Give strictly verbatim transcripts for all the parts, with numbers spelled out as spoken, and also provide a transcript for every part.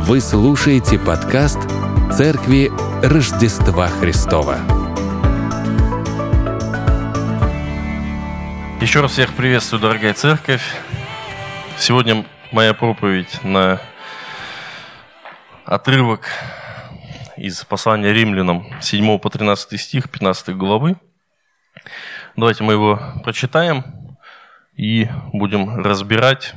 Вы слушаете подкаст Церкви Рождества Христова. Еще раз всех приветствую, дорогая церковь. Сегодня моя проповедь на отрывок из послания Римлянам, седьмой по тринадцатый стих, пятнадцатой главы. Давайте мы его прочитаем и будем разбирать.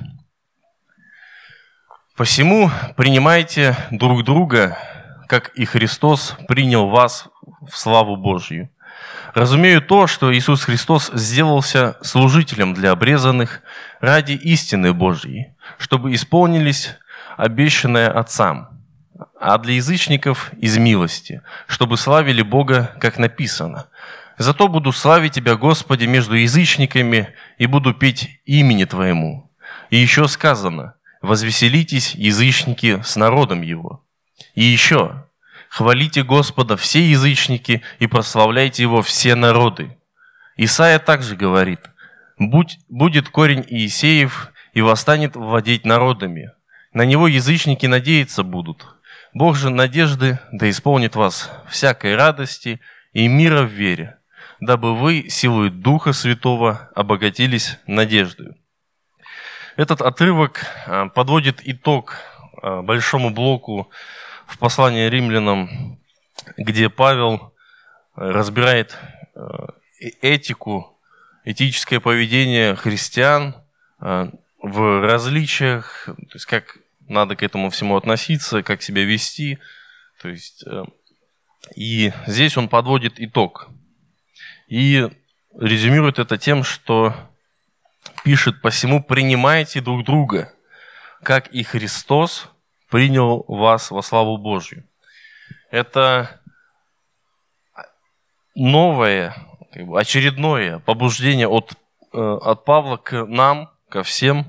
«Посему принимайте друг друга, как и Христос принял вас в славу Божью. Разумею то, что Иисус Христос сделался служителем для обрезанных ради истины Божьей, чтобы исполнились обещанное Отцам, а для язычников из милости, чтобы славили Бога, как написано. Зато буду славить Тебя, Господи, между язычниками, и буду петь имени Твоему. И еще сказано: возвеселитесь, язычники, с народом Его. И еще: хвалите Господа все язычники и прославляйте Его все народы. Исайя также говорит: Будь, будет корень Иисеев, и восстанет владеть народами. На него язычники надеяться будут. Бог же надежды да исполнит вас всякой радости и мира в вере, дабы вы силой Духа Святого обогатились надеждою». Этот отрывок подводит итог большому блоку в послании Римлянам, где Павел разбирает этику, этическое поведение христиан в различиях, то есть как надо к этому всему относиться, как себя вести. То есть, и здесь он подводит итог. И резюмирует это тем, что пишет: «Посему принимайте друг друга, как и Христос принял вас во славу Божью». Это новое, как бы очередное побуждение от, от Павла к нам, ко всем.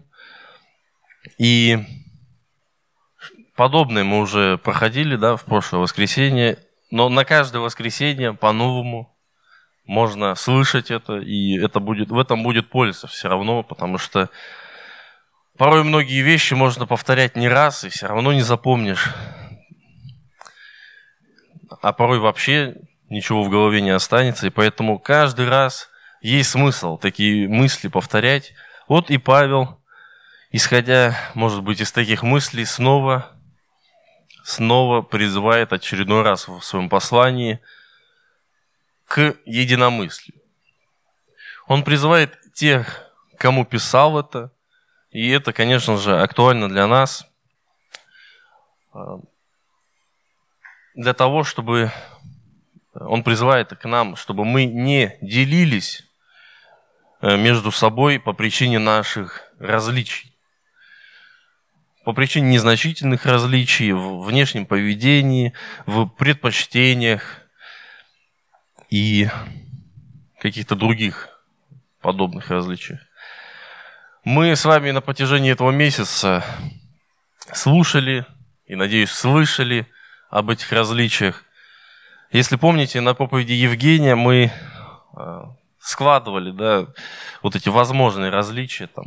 И подобное мы уже проходили, да, в прошлое воскресенье, но на каждое воскресенье по-новому можно слышать это, и это будет, в этом будет польза все равно, потому что порой многие вещи можно повторять не раз, и все равно не запомнишь. А порой вообще ничего в голове не останется, и поэтому каждый раз есть смысл такие мысли повторять. Вот и Павел, исходя, может быть, из таких мыслей, снова, снова призывает очередной раз в своем послании к единомыслию. Он призывает тех, кому писал это, и это, конечно же, актуально для нас, для того, чтобы он призывает к нам, чтобы мы не делились между собой по причине наших различий, по причине незначительных различий в внешнем поведении, в предпочтениях и каких-то других подобных различиях. Мы с вами на протяжении этого месяца слушали и, надеюсь, слышали об этих различиях. Если помните, на проповеди Евгения мы складывали, да, вот эти возможные различия, там,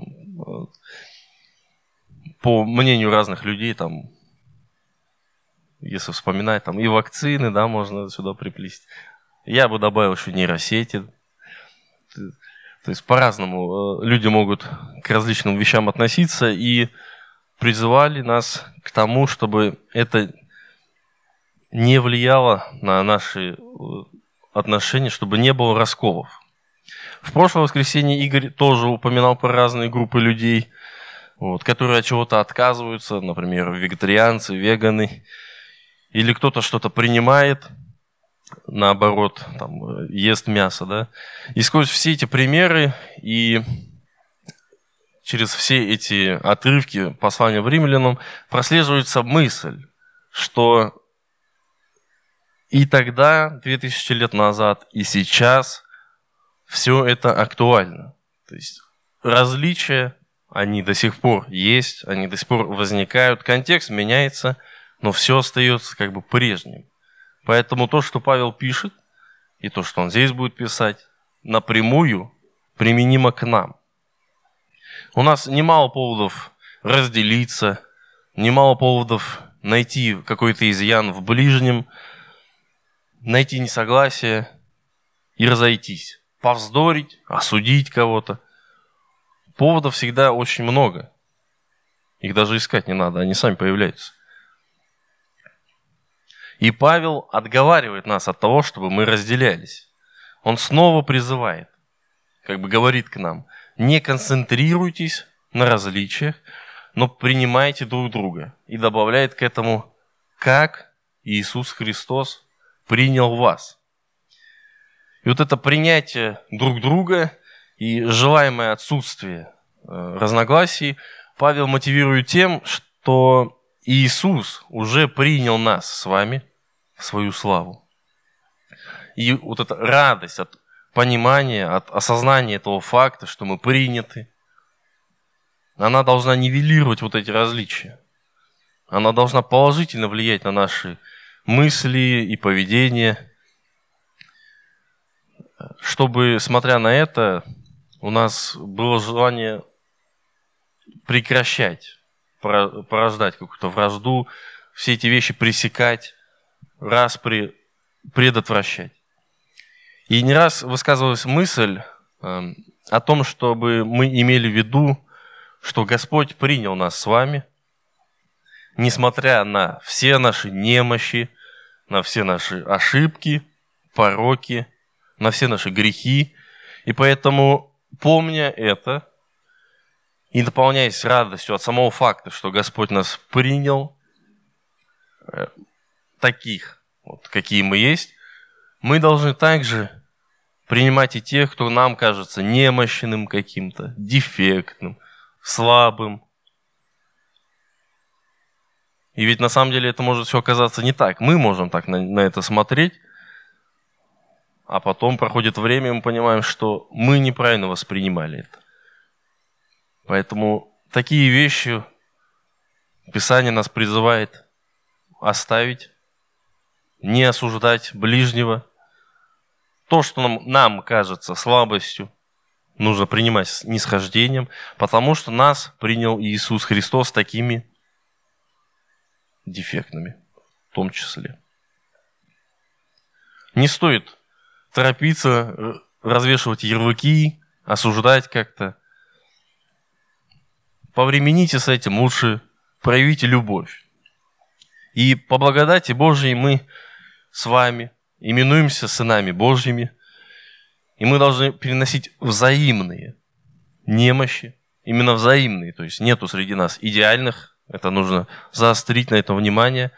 по мнению разных людей, там, если вспоминать, там, и вакцины, да, можно сюда приплести. Я бы добавил еще нейросети. То есть по-разному люди могут к различным вещам относиться, и призывали нас к тому, чтобы это не влияло на наши отношения, чтобы не было расколов. В прошлое воскресенье Игорь тоже упоминал про разные группы людей, вот, которые от чего-то отказываются, например, вегетарианцы, веганы, или кто-то что-то принимает, наоборот, там, ест мясо, да. И сквозь все эти примеры и через все эти отрывки послания в Римлянам прослеживается мысль, что и тогда, две тысячи лет назад, и сейчас все это актуально. То есть различия, они до сих пор есть, они до сих пор возникают, контекст меняется, но все остается как бы прежним. Поэтому то, что Павел пишет, и то, что он здесь будет писать, напрямую применимо к нам. У нас немало поводов разделиться, немало поводов найти какой-то изъян в ближнем, найти несогласие и разойтись, повздорить, осудить кого-то. Поводов всегда очень много. Их даже искать не надо, они сами появляются. И Павел отговаривает нас от того, чтобы мы разделялись. Он снова призывает, как бы говорит к нам: не концентрируйтесь на различиях, но принимайте друг друга. И добавляет к этому: как Иисус Христос принял вас. И вот это принятие друг друга и желаемое отсутствие разногласий Павел мотивирует тем, что Иисус уже принял нас с вами в свою славу. И вот эта радость от понимания, от осознания этого факта, что мы приняты, она должна нивелировать вот эти различия. Она должна положительно влиять на наши мысли и поведение, чтобы, смотря на это, у нас было желание прекращать, порождать какую-то вражду, все эти вещи пресекать, распри предотвращать. И не раз высказывалась мысль э, о том, чтобы мы имели в виду, что Господь принял нас с вами, несмотря на все наши немощи, на все наши ошибки, пороки, на все наши грехи. И поэтому, помня это и наполняясь радостью от самого факта, что Господь нас принял, э, таких, вот, какие мы есть, мы должны также принимать и тех, кто нам кажется немощным каким-то, дефектным, слабым. И ведь на самом деле это может все оказаться не так. Мы можем так на, на это смотреть, а потом проходит время, и мы понимаем, что мы неправильно воспринимали это. Поэтому такие вещи Писание нас призывает оставить, не осуждать ближнего. То, что нам, нам кажется слабостью, нужно принимать с нисхождением, потому что нас принял Иисус Христос такими дефектными, в том числе. Не стоит торопиться, развешивать ярлыки, осуждать как-то. Повремените с этим, лучше проявите любовь. И по благодати Божьей мы с вами именуемся сынами Божьими, и мы должны переносить взаимные немощи, именно взаимные, то есть нету среди нас идеальных, это нужно заострить на это внимание,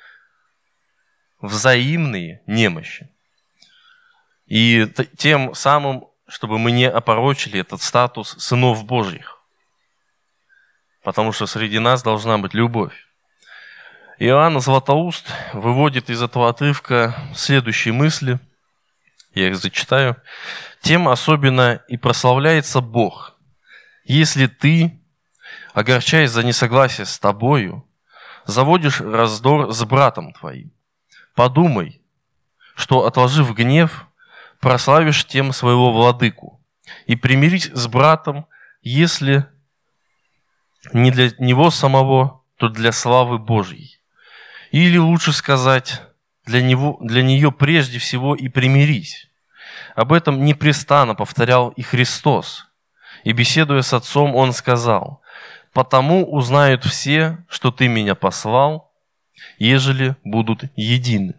взаимные немощи. И тем самым, чтобы мы не опорочили этот статус сынов Божьих, потому что среди нас должна быть любовь. Иоанн Златоуст выводит из этого отрывка следующие мысли. Я их зачитаю. «Тем особенно и прославляется Бог, если ты, огорчаясь за несогласие с тобою, заводишь раздор с братом твоим. Подумай, что, отложив гнев, прославишь тем своего владыку, и примирись с братом, если не для него самого, то для славы Божьей. Или лучше сказать, для него, для нее прежде всего и примирись. Об этом непрестанно повторял и Христос. И беседуя с Отцом, Он сказал: «Потому узнают все, что Ты Меня послал, ежели будут едины».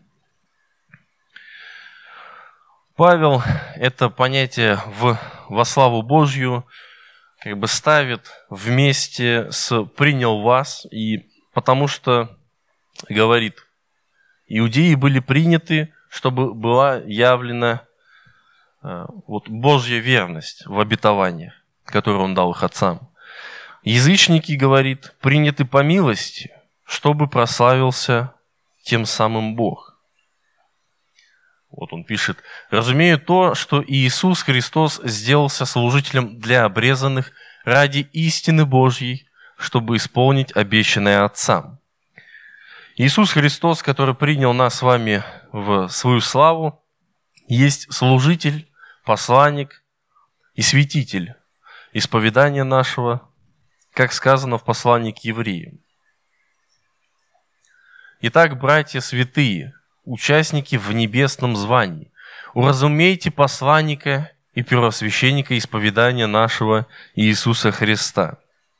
Павел это понятие в, во славу Божью как бы ставит вместе с «принял вас», и потому что говорит, иудеи были приняты, чтобы была явлена э, вот, Божья верность в обетованиях, которые Он дал их отцам. Язычники, говорит, приняты по милости, чтобы прославился тем самым Бог. Вот он пишет: «Разумею то, что Иисус Христос сделался служителем для обрезанных ради истины Божьей, чтобы исполнить обещанное Отцам». Иисус Христос, который принял нас с вами в свою славу, есть служитель, посланник и святитель исповедания нашего, как сказано в послании к евреям. Итак, братья святые, участники в небесном звании, уразумейте посланника и первосвященника исповедания нашего Иисуса Христа.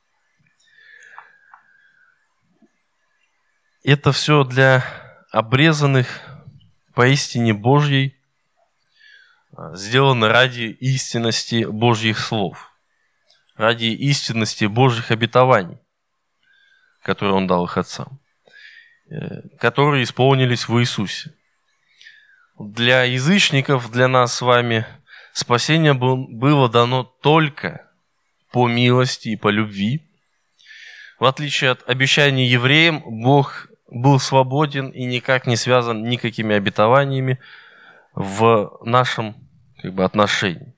Это все для обрезанных поистине Божьей, сделано ради истинности Божьих слов, ради истинности Божьих обетований, которые Он дал их отцам, которые исполнились в Иисусе. Для язычников, для нас с вами, спасение было дано только по милости и по любви. В отличие от обещаний евреям, Бог был свободен и никак не связан никакими обетованиями в нашем как бы, отношении.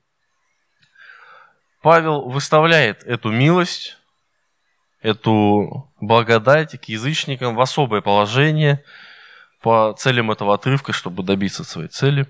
Павел выставляет эту милость, эту благодать к язычникам в особое положение по целям этого отрывка, чтобы добиться своей цели.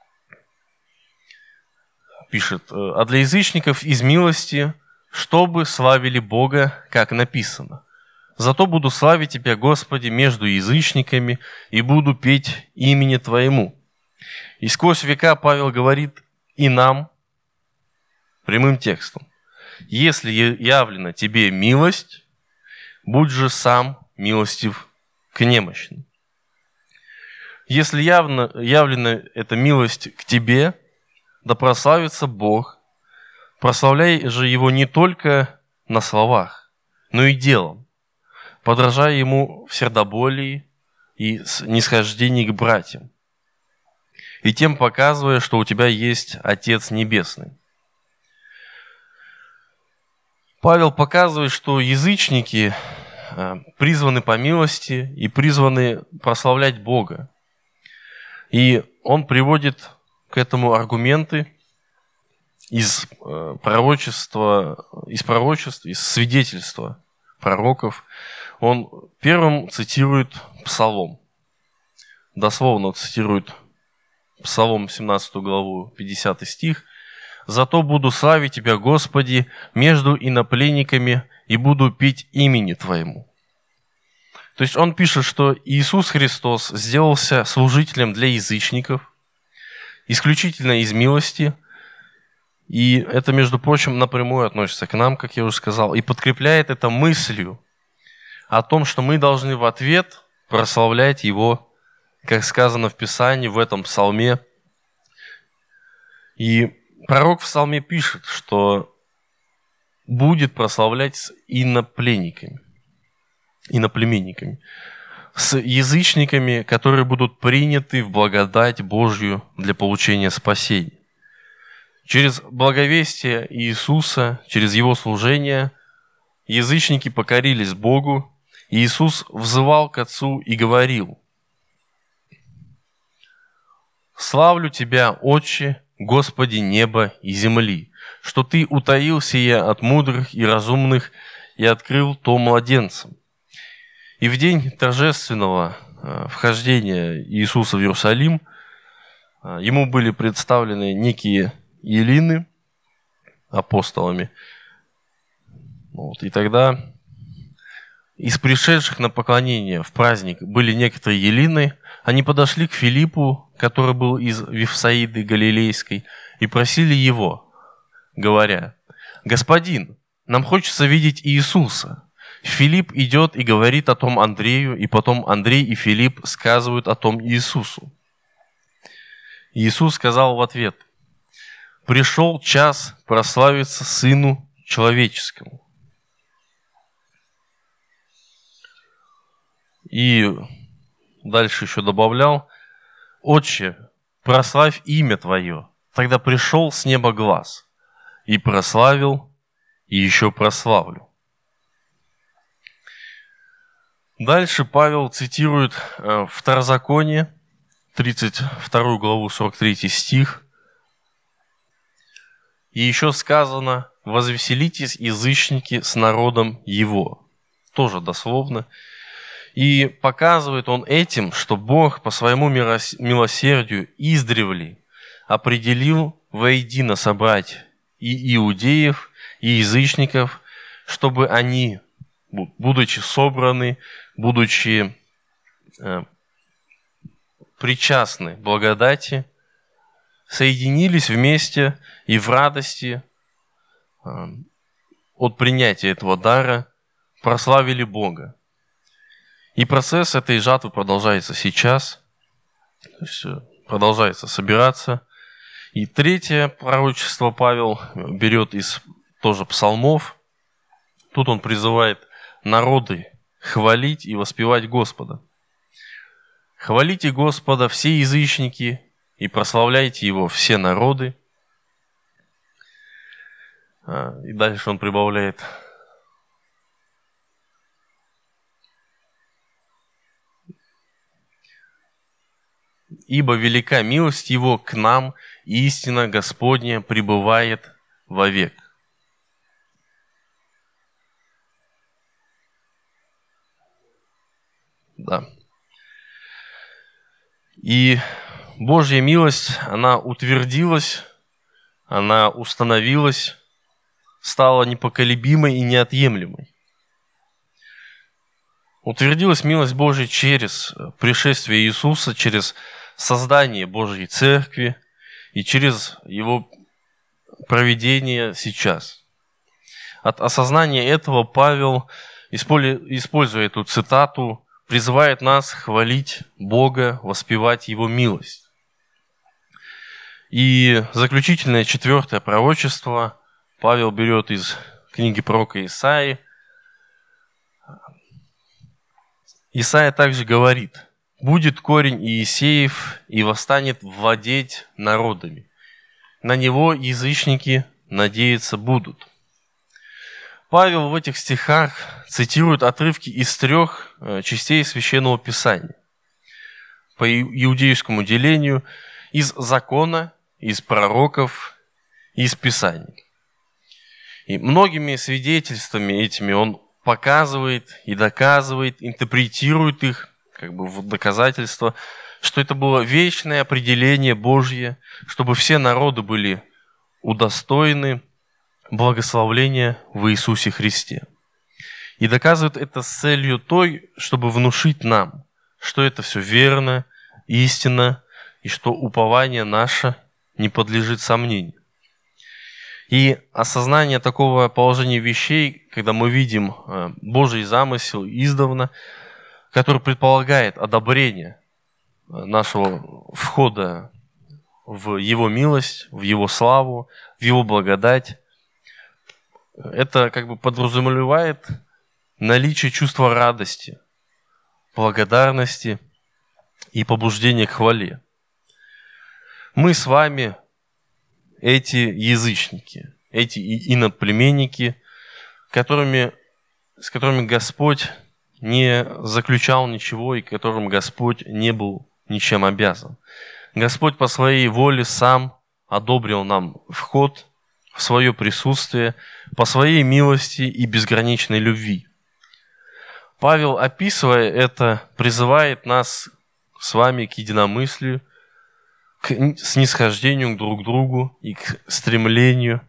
Пишет: «А для язычников из милости, чтобы славили Бога, как написано. Зато буду славить Тебя, Господи, между язычниками, и буду петь имени Твоему». И сквозь века Павел говорит и нам прямым текстом: «Если явлена тебе милость, будь же сам милостив к немощным». Если явно, явлена эта милость к тебе, да прославится Бог, прославляй же Его не только на словах, но и делом, подражая Ему в сердоболии и снисхождении к братьям, и тем показывая, что у тебя есть Отец Небесный. Павел показывает, что язычники призваны по милости и призваны прославлять Бога. И он приводит к этому аргументы из пророчества, из пророчеств, из свидетельства пророков. Он первым цитирует Псалом. Дословно цитирует Псалом семнадцатую главу, пятидесятый стих. «Зато буду славить Тебя, Господи, между инопленниками, и буду петь имени Твоему». То есть он пишет, что Иисус Христос сделался служителем для язычников, исключительно из милости, и это, между прочим, напрямую относится к нам, как я уже сказал, и подкрепляет это мыслью о том, что мы должны в ответ прославлять Его, как сказано в Писании, в этом псалме. И пророк в псалме пишет, что будет прославлять с инопленниками, иноплеменниками, с язычниками, которые будут приняты в благодать Божью для получения спасения. Через благовестие Иисуса, через Его служение, язычники покорились Богу, и Иисус взывал к Отцу и говорил: «Славлю Тебя, Отче, Господи неба и земли, что Ты утаил сие от мудрых и разумных и открыл то младенцам». И в день торжественного вхождения Иисуса в Иерусалим Ему были представлены некие елины апостолами. Вот. И тогда из пришедших на поклонение в праздник были некоторые елины. Они подошли к Филиппу, который был из Вифсаиды Галилейской, и просили его, говоря: «Господин, нам хочется видеть Иисуса». Филипп идет и говорит о том Андрею, и потом Андрей и Филипп сказывают о том Иисусу. Иисус сказал в ответ: «Пришел час прославиться Сыну Человеческому». И дальше еще добавлял: «Отче, прославь имя Твое». Тогда пришел с неба глас, и прославил, и еще прославлю. Дальше Павел цитирует Второзаконие, тридцать вторую главу, сорок третий стих. И еще сказано: «Возвеселитесь, язычники, с народом его». Тоже дословно. И показывает он этим, что Бог по своему милосердию издревле определил воедино собрать и иудеев, и язычников, чтобы они, будучи собраны, будучи причастны благодати, соединились вместе и в радости от принятия этого дара прославили Бога. И процесс этой жатвы продолжается сейчас, то есть продолжается собираться. И третье пророчество Павел берет из тоже псалмов. Тут он призывает народы хвалить и воспевать Господа. «Хвалите Господа все язычники и прославляйте Его все народы». И дальше он прибавляет: «Ибо велика милость Его к нам, и истина Господня пребывает вовек». Да. И Божья милость, она утвердилась, она установилась, стала непоколебимой и неотъемлемой. Утвердилась милость Божья через пришествие Иисуса, через создание Божьей Церкви и через Его проведение сейчас. От осознания этого Павел, используя эту цитату, призывает нас хвалить Бога, воспевать Его милость. И заключительное четвертое пророчество Павел берет из книги пророка Исаии. Исаия также говорит: «Будет корень Иисеев, и восстанет владеть народами. На него язычники надеяться будут». Павел в этих стихах цитирует отрывки из трех частей Священного Писания. По иудейскому делению из закона, из пророков, из Писаний. И многими свидетельствами этими он показывает и доказывает, интерпретирует их как бы в доказательство, что это было вечное определение Божье, чтобы все народы были удостоены благословления в Иисусе Христе. И доказывает это с целью той, чтобы внушить нам, что это все верно, истинно, и что упование наше не подлежит сомнению. И осознание такого положения вещей, когда мы видим Божий замысел издавна, который предполагает одобрение нашего входа в Его милость, в Его славу, в Его благодать, это как бы подразумевает наличие чувства радости, благодарности и побуждения к хвале. Мы с вами эти язычники, эти иноплеменники, которыми, с которыми Господь не заключал ничего и которым Господь не был ничем обязан. Господь по своей воле сам одобрил нам вход в свое присутствие по своей милости и безграничной любви. Павел, описывая это, призывает нас с вами к единомыслию, к снисхождению друг к другу и к стремлению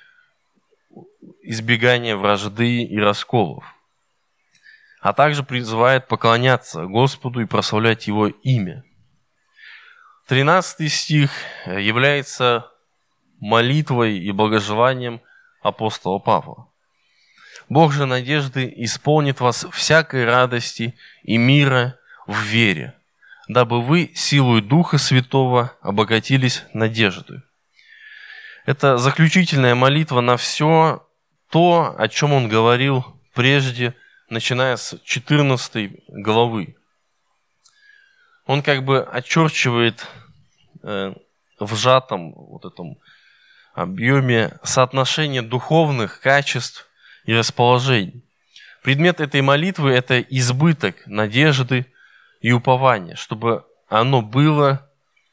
избегания вражды и расколов, а также призывает поклоняться Господу и прославлять Его имя. тринадцатый стих является молитвой и благожеланием апостола Павла. «Бог же надежды исполнит вас всякой радости и мира в вере, дабы вы силою Духа Святого обогатились надеждой». Это заключительная молитва на все то, о чем он говорил прежде, начиная с четырнадцатой главы. Он как бы очерчивает э, в сжатом вот этом объеме соотношение духовных качеств и расположений. Предмет этой молитвы – это избыток надежды и упования, чтобы оно было,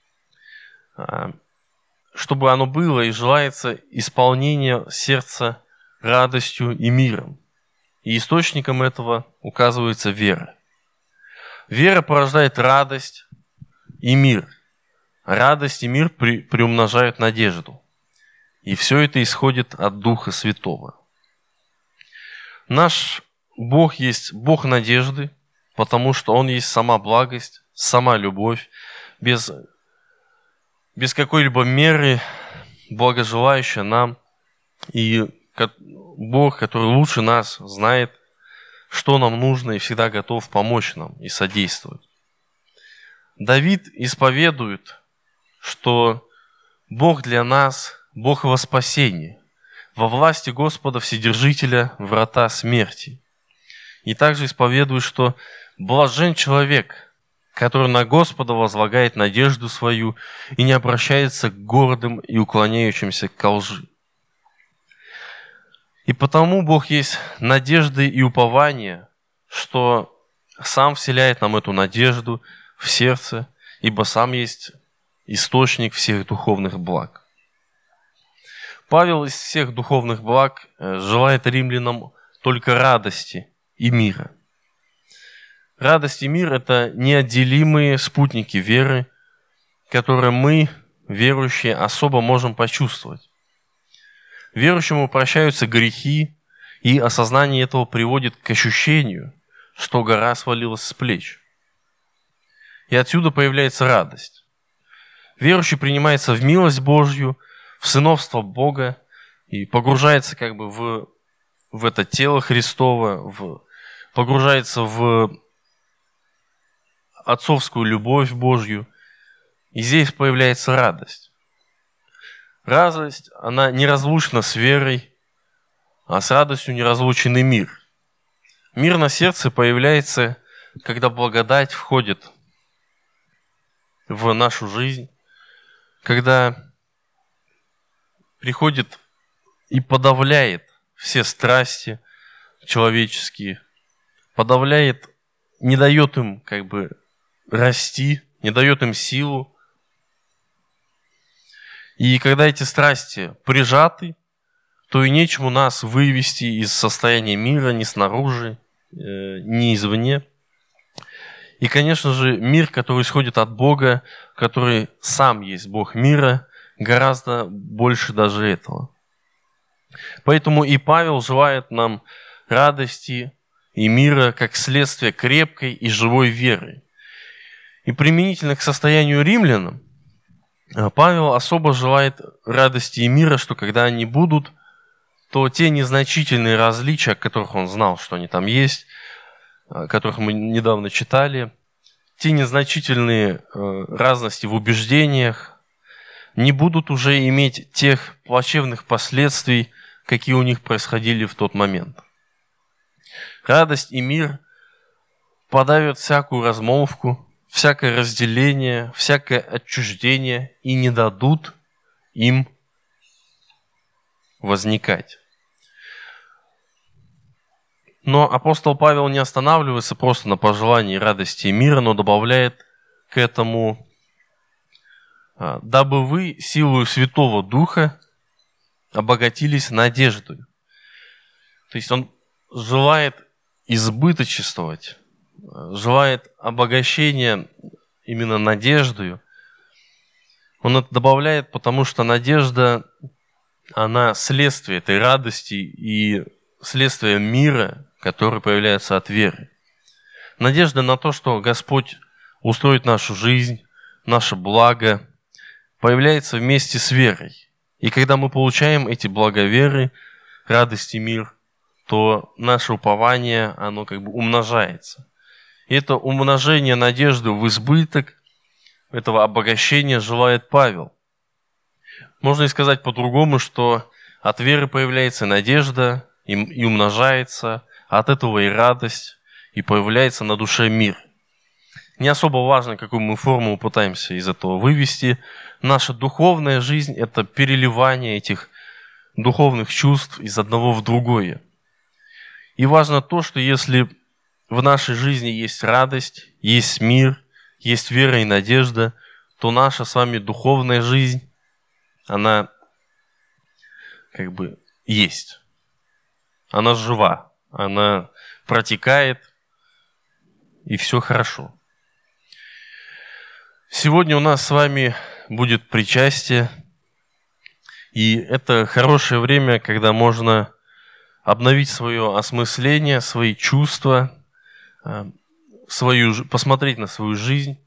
чтобы оно было и желается исполнение сердца радостью и миром. И источником этого указывается вера. Вера порождает радость и мир. Радость и мир при, приумножают надежду. И все это исходит от Духа Святого. Наш Бог есть Бог надежды, потому что Он есть сама благость, сама любовь, без, без какой-либо меры благожелающая нам. И Бог, который лучше нас знает, что нам нужно, и всегда готов помочь нам и содействовать. Давид исповедует, что Бог для нас – Бог во спасении, во власти Господа Вседержителя врата смерти. И также исповедует, что блажен человек, который на Господа возлагает надежду свою и не обращается к гордым и уклоняющимся ко лжи. И потому Бог есть надежды и упование, что сам вселяет нам эту надежду в сердце, ибо сам есть источник всех духовных благ. Павел из всех духовных благ желает римлянам только радости и мира. Радость и мир – это неотделимые спутники веры, которые мы, верующие, особо можем почувствовать. Верующему прощаются грехи, и осознание этого приводит к ощущению, что гора свалилась с плеч. И отсюда появляется радость. Верующий принимается в милость Божью, в сыновство Бога и погружается как бы в, в это тело Христово, в, погружается в отцовскую любовь Божью, и здесь появляется радость. Радость, она неразлучна с верой, а с радостью неразлучен и мир. Мир на сердце появляется, когда благодать входит в нашу жизнь, когда приходит и подавляет все страсти человеческие, подавляет, не дает им как бы расти, не дает им силу. И когда эти страсти прижаты, то и нечему нас вывести из состояния мира ни снаружи, ни извне. И, конечно же, мир, который исходит от Бога, который сам есть Бог мира, гораздо больше даже этого. Поэтому и Павел желает нам радости и мира как следствие крепкой и живой веры. И применительно к состоянию римлянам, Павел особо желает радости и мира, что когда они будут, то те незначительные различия, о которых он знал, что они там есть, о которых мы недавно читали, те незначительные разности в убеждениях не будут уже иметь тех плачевных последствий, какие у них происходили в тот момент. Радость и мир подавят всякую размолвку, всякое разделение, всякое отчуждение и не дадут им возникать. Но апостол Павел не останавливается просто на пожелании радости и мира, но добавляет к этому: «Дабы вы силою Святого Духа обогатились надеждой». То есть он желает избыточествовать, желает обогащения именно надеждою. Он это добавляет, потому что надежда, она следствие этой радости и следствие мира, который появляется от веры. Надежда на то, что Господь устроит нашу жизнь, наше благо, появляется вместе с верой. И когда мы получаем эти блага веры, радость и мир, то наше упование, оно как бы умножается. И это умножение надежды в избыток, этого обогащения желает Павел. Можно и сказать по-другому, что от веры появляется надежда и умножается, а от этого и радость, и появляется на душе мир. Не особо важно, какую мы форму пытаемся из этого вывести. Наша духовная жизнь – это переливание этих духовных чувств из одного в другое. И важно то, что если в нашей жизни есть радость, есть мир, есть вера и надежда, то наша с вами духовная жизнь, она как бы есть. Она жива, она протекает, и все хорошо. Сегодня у нас с вами будет причастие, и это хорошее время, когда можно обновить свое осмысление, свои чувства, свою, посмотреть на свою жизнь.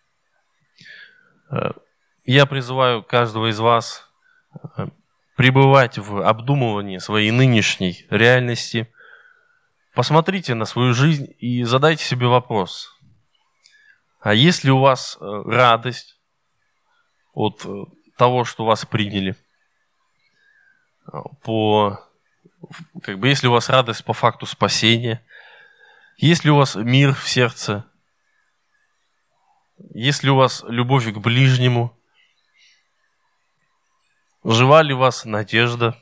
Я призываю каждого из вас пребывать в обдумывании своей нынешней реальности. Посмотрите на свою жизнь и задайте себе вопрос. А есть ли у вас радость от того, что вас приняли? По, как бы, есть ли у вас радость по факту спасения? Есть ли у вас мир в сердце? Есть ли у вас любовь к ближнему? Жива ли у вас надежда?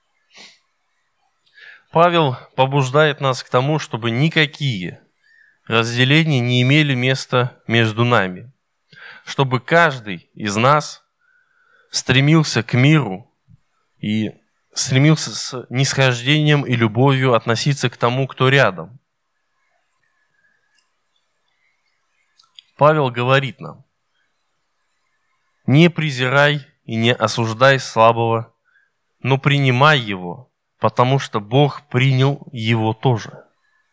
Павел побуждает нас к тому, чтобы никакие разделения не имели места между нами, чтобы каждый из нас стремился к миру и стремился с нисхождением и любовью относиться к тому, кто рядом. Павел говорит нам: не презирай и не осуждай слабого, но принимай его, потому что Бог принял его тоже.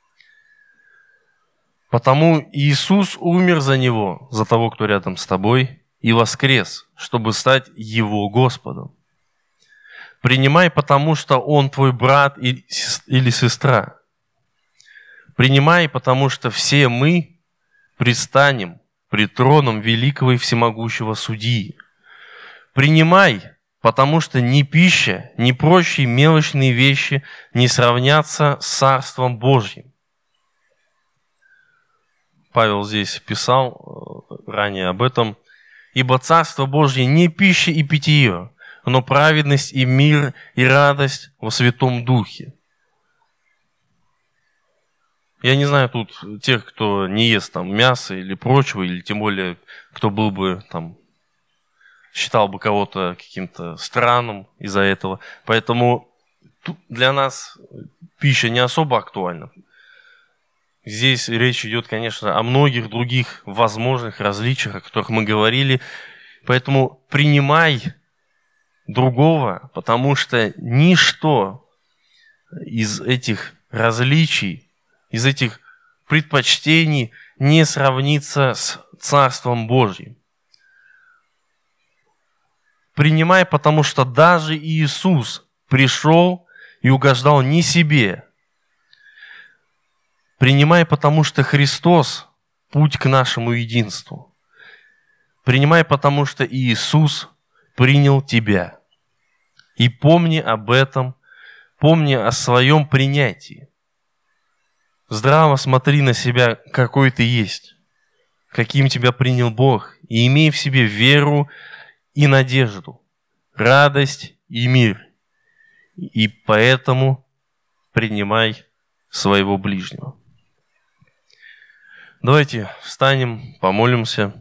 Потому Иисус умер за него, за того, кто рядом с тобой, и воскрес, чтобы стать его Господом. Принимай, потому что он твой брат или сестра. Принимай, потому что все мы предстанем пред троном великого и всемогущего судьи. Принимай, потому что ни пища, ни прочие мелочные вещи не сравнятся с Царством Божьим. Павел здесь писал ранее об этом. Ибо Царство Божье не пища и питье, но праведность и мир и радость во Святом Духе. Я не знаю тут тех, кто не ест там мясо или прочего, или тем более, кто был бы там, считал бы кого-то каким-то странным из-за этого. Поэтому тут для нас пища не особо актуальна. Здесь речь идет, конечно, о многих других возможных различиях, о которых мы говорили. Поэтому принимай другого, потому что ничто из этих различий, из этих предпочтений не сравнится с Царством Божьим. Принимай, потому что даже Иисус пришел и угождал не себе. Принимай, потому что Христос – путь к нашему единству. Принимай, потому что Иисус принял тебя. И помни об этом, помни о своем принятии. Здраво смотри на себя, какой ты есть, каким тебя принял Бог, и имей в себе веру и надежду, радость и мир. И поэтому принимай своего ближнего. Давайте встанем, помолимся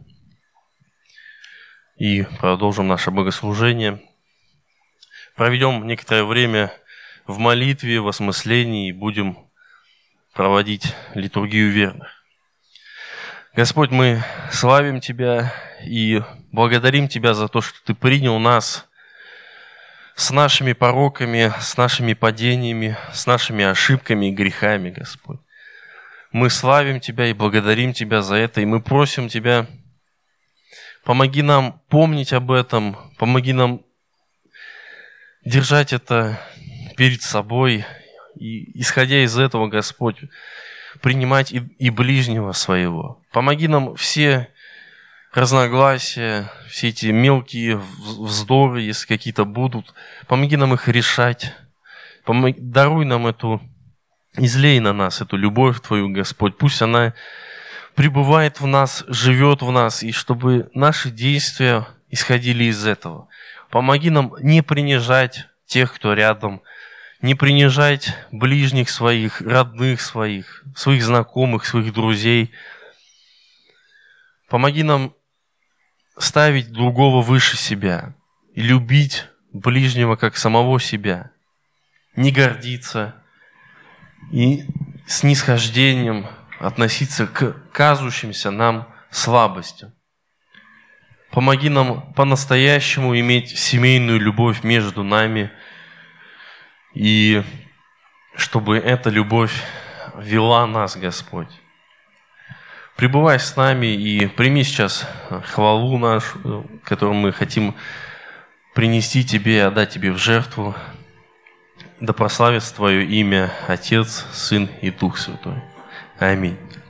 и продолжим наше богослужение. Проведем некоторое время в молитве, в осмыслении и будем проводить литургию верных. Господь, мы славим Тебя и благодарим Тебя за то, что Ты принял нас с нашими пороками, с нашими падениями, с нашими ошибками и грехами, Господь. Мы славим Тебя и благодарим Тебя за это, и мы просим Тебя, помоги нам помнить об этом, помоги нам держать это перед собой, и, исходя из этого, Господь, принимать и, и ближнего своего. Помоги нам все разногласия, все эти мелкие вздоры, если какие-то будут, помоги нам их решать. Помоги, даруй нам эту, излей на нас эту любовь Твою, Господь. Пусть она пребывает в нас, живет в нас, и чтобы наши действия исходили из этого. Помоги нам не принижать тех, кто рядом, не принижать ближних своих, родных своих, своих знакомых, своих друзей. Помоги нам ставить другого выше себя и любить ближнего как самого себя, не гордиться и с нисхождением относиться к кажущимся нам слабостям. Помоги нам по-настоящему иметь семейную любовь между нами, и чтобы эта любовь вела нас, Господь. пребывай с нами и прими сейчас хвалу нашу, которую мы хотим принести Тебе, отдать Тебе в жертву. Да прославится Твое имя, Отец, Сын и Дух Святой. Аминь.